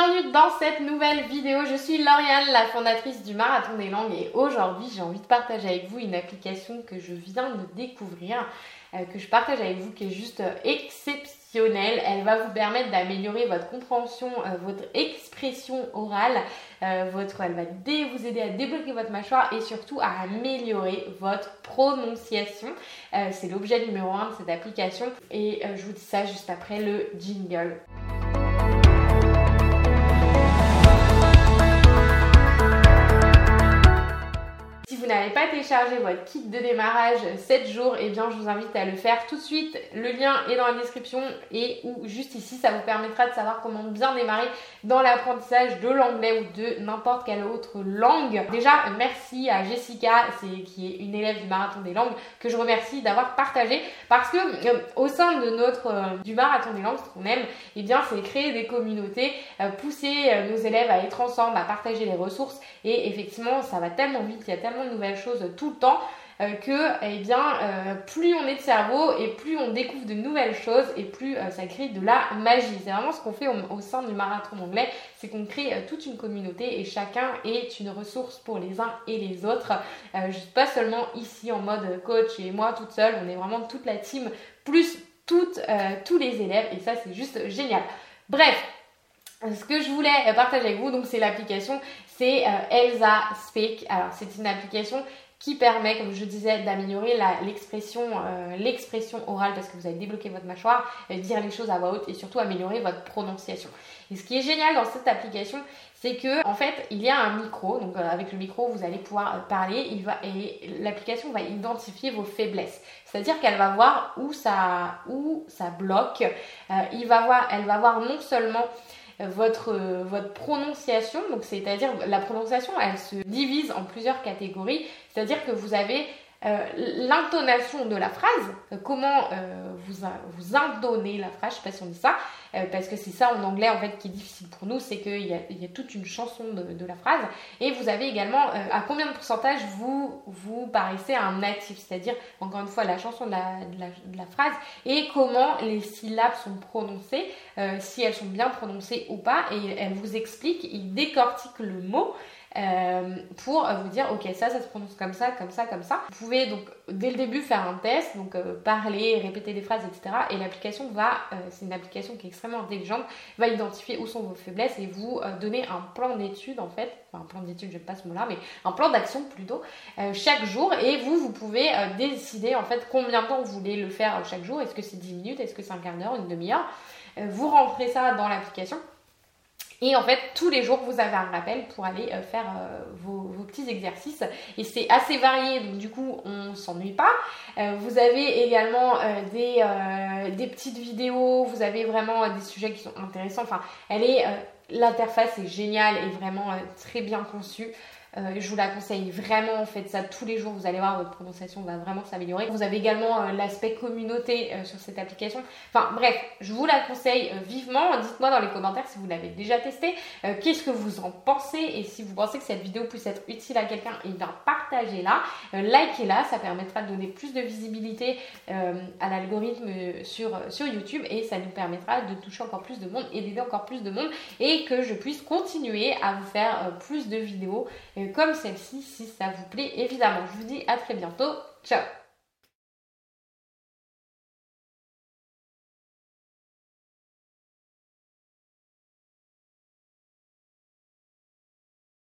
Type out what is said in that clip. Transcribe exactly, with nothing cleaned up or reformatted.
bienvenue dans cette nouvelle vidéo. Je suis Lauriane, la fondatrice du Marathon des Langues et aujourd'hui j'ai envie de partager avec vous une application que je viens de découvrir, euh, que je partage avec vous, qui est juste exceptionnelle. Elle va vous permettre d'améliorer votre compréhension, euh, votre expression orale, euh, votre, elle va dé, vous aider à débloquer votre mâchoire et surtout à améliorer votre prononciation. Euh, c'est l'objet numéro un de cette application et euh, je vous dis ça juste après le jingle. Si vous n'avez pas téléchargé votre kit de démarrage sept jours, eh bien je vous invite à le faire tout de suite. Le lien est dans la description et ou juste ici, ça vous permettra de savoir comment bien démarrer dans l'apprentissage de l'anglais ou de n'importe quelle autre langue. Déjà, merci à Jessica, c'est, qui est une élève du Marathon des Langues, que je remercie d'avoir partagé parce que euh, au sein de notre euh, du Marathon des Langues, ce qu'on aime, eh bien c'est créer des communautés, euh, pousser euh, nos élèves à être ensemble, à partager les ressources et effectivement, ça va tellement vite, il y a tellement de nouvelles choses tout le temps euh, que eh bien, euh, plus on est de cerveau et plus on découvre de nouvelles choses et plus euh, ça crée de la magie. C'est vraiment ce qu'on fait au, au sein du Marathon anglais, c'est qu'on crée euh, toute une communauté et chacun est une ressource pour les uns et les autres. Euh, juste pas seulement ici en mode coach et moi toute seule, on est vraiment toute la team plus toutes, euh, tous les élèves et ça c'est juste génial. Bref. Ce que je voulais partager avec vous, donc c'est l'application, c'est euh, Elsa Speak. Alors c'est une application qui permet, comme je disais, d'améliorer la, l'expression, euh, l'expression orale parce que vous allez débloquer votre mâchoire, euh, dire les choses à voix haute et surtout améliorer votre prononciation. Et ce qui est génial dans cette application, c'est que en fait il y a un micro, donc euh, avec le micro vous allez pouvoir euh, parler, il va, et l'application va identifier vos faiblesses. C'est-à-dire qu'elle va voir où ça, où ça bloque. Euh, il va voir, elle va voir non seulement Votre, euh, votre prononciation, donc c'est-à-dire la prononciation elle se divise en plusieurs catégories, c'est-à-dire que vous avez euh, l'intonation de la phrase, euh, comment euh, vous, vous indonnez la phrase, je sais pas si on dit ça, euh, parce que c'est ça en anglais en fait qui est difficile pour nous, c'est qu'il y a, il y a toute une chanson de, de la phrase, et vous avez également euh, à combien de pourcentage vous, vous paraissez un natif, c'est-à-dire encore une fois la chanson de la, de la, de la phrase, et comment les syllabes sont prononcées, euh, si elles sont bien prononcées ou pas, et elle vous explique, il décortique le mot, Euh, pour vous dire ok ça ça se prononce comme ça comme ça comme ça. Vous pouvez donc dès le début faire un test, donc euh, parler, répéter des phrases, etc. et l'application va euh, c'est une application qui est extrêmement intelligente, va identifier où sont vos faiblesses et vous euh, donner un plan d'étude en fait, enfin un plan d'étude, j'aime pas ce mot là, mais un plan d'action plutôt euh, chaque jour, et vous vous pouvez euh, décider en fait combien de temps vous voulez le faire euh, chaque jour. Est-ce que c'est dix minutes, est-ce que c'est un quart d'heure, une demi-heure, euh, vous rentrez ça dans l'application. Et en fait, tous les jours, vous avez un rappel pour aller euh, faire euh, vos, vos petits exercices. Et c'est assez varié, donc du coup, on ne s'ennuie pas. Euh, vous avez également euh, des, euh, des petites vidéos, vous avez vraiment euh, des sujets qui sont intéressants. Enfin, elle est, euh, l'interface est géniale et vraiment euh, très bien conçue. Euh, je vous la conseille vraiment, faites ça tous les jours, vous allez voir, votre prononciation va vraiment s'améliorer. Vous avez également euh, l'aspect communauté euh, sur cette application. Enfin bref, je vous la conseille euh, vivement. Dites-moi dans les commentaires si vous l'avez déjà testé, euh, qu'est-ce que vous en pensez, et si vous pensez que cette vidéo puisse être utile à quelqu'un, et bien partagez-la, euh, likez-la, ça permettra de donner plus de visibilité euh, à l'algorithme sur, sur YouTube, et ça nous permettra de toucher encore plus de monde et d'aider encore plus de monde, et que je puisse continuer à vous faire euh, plus de vidéos comme celle-ci si ça vous plaît évidemment. Je vous dis à très bientôt. Ciao!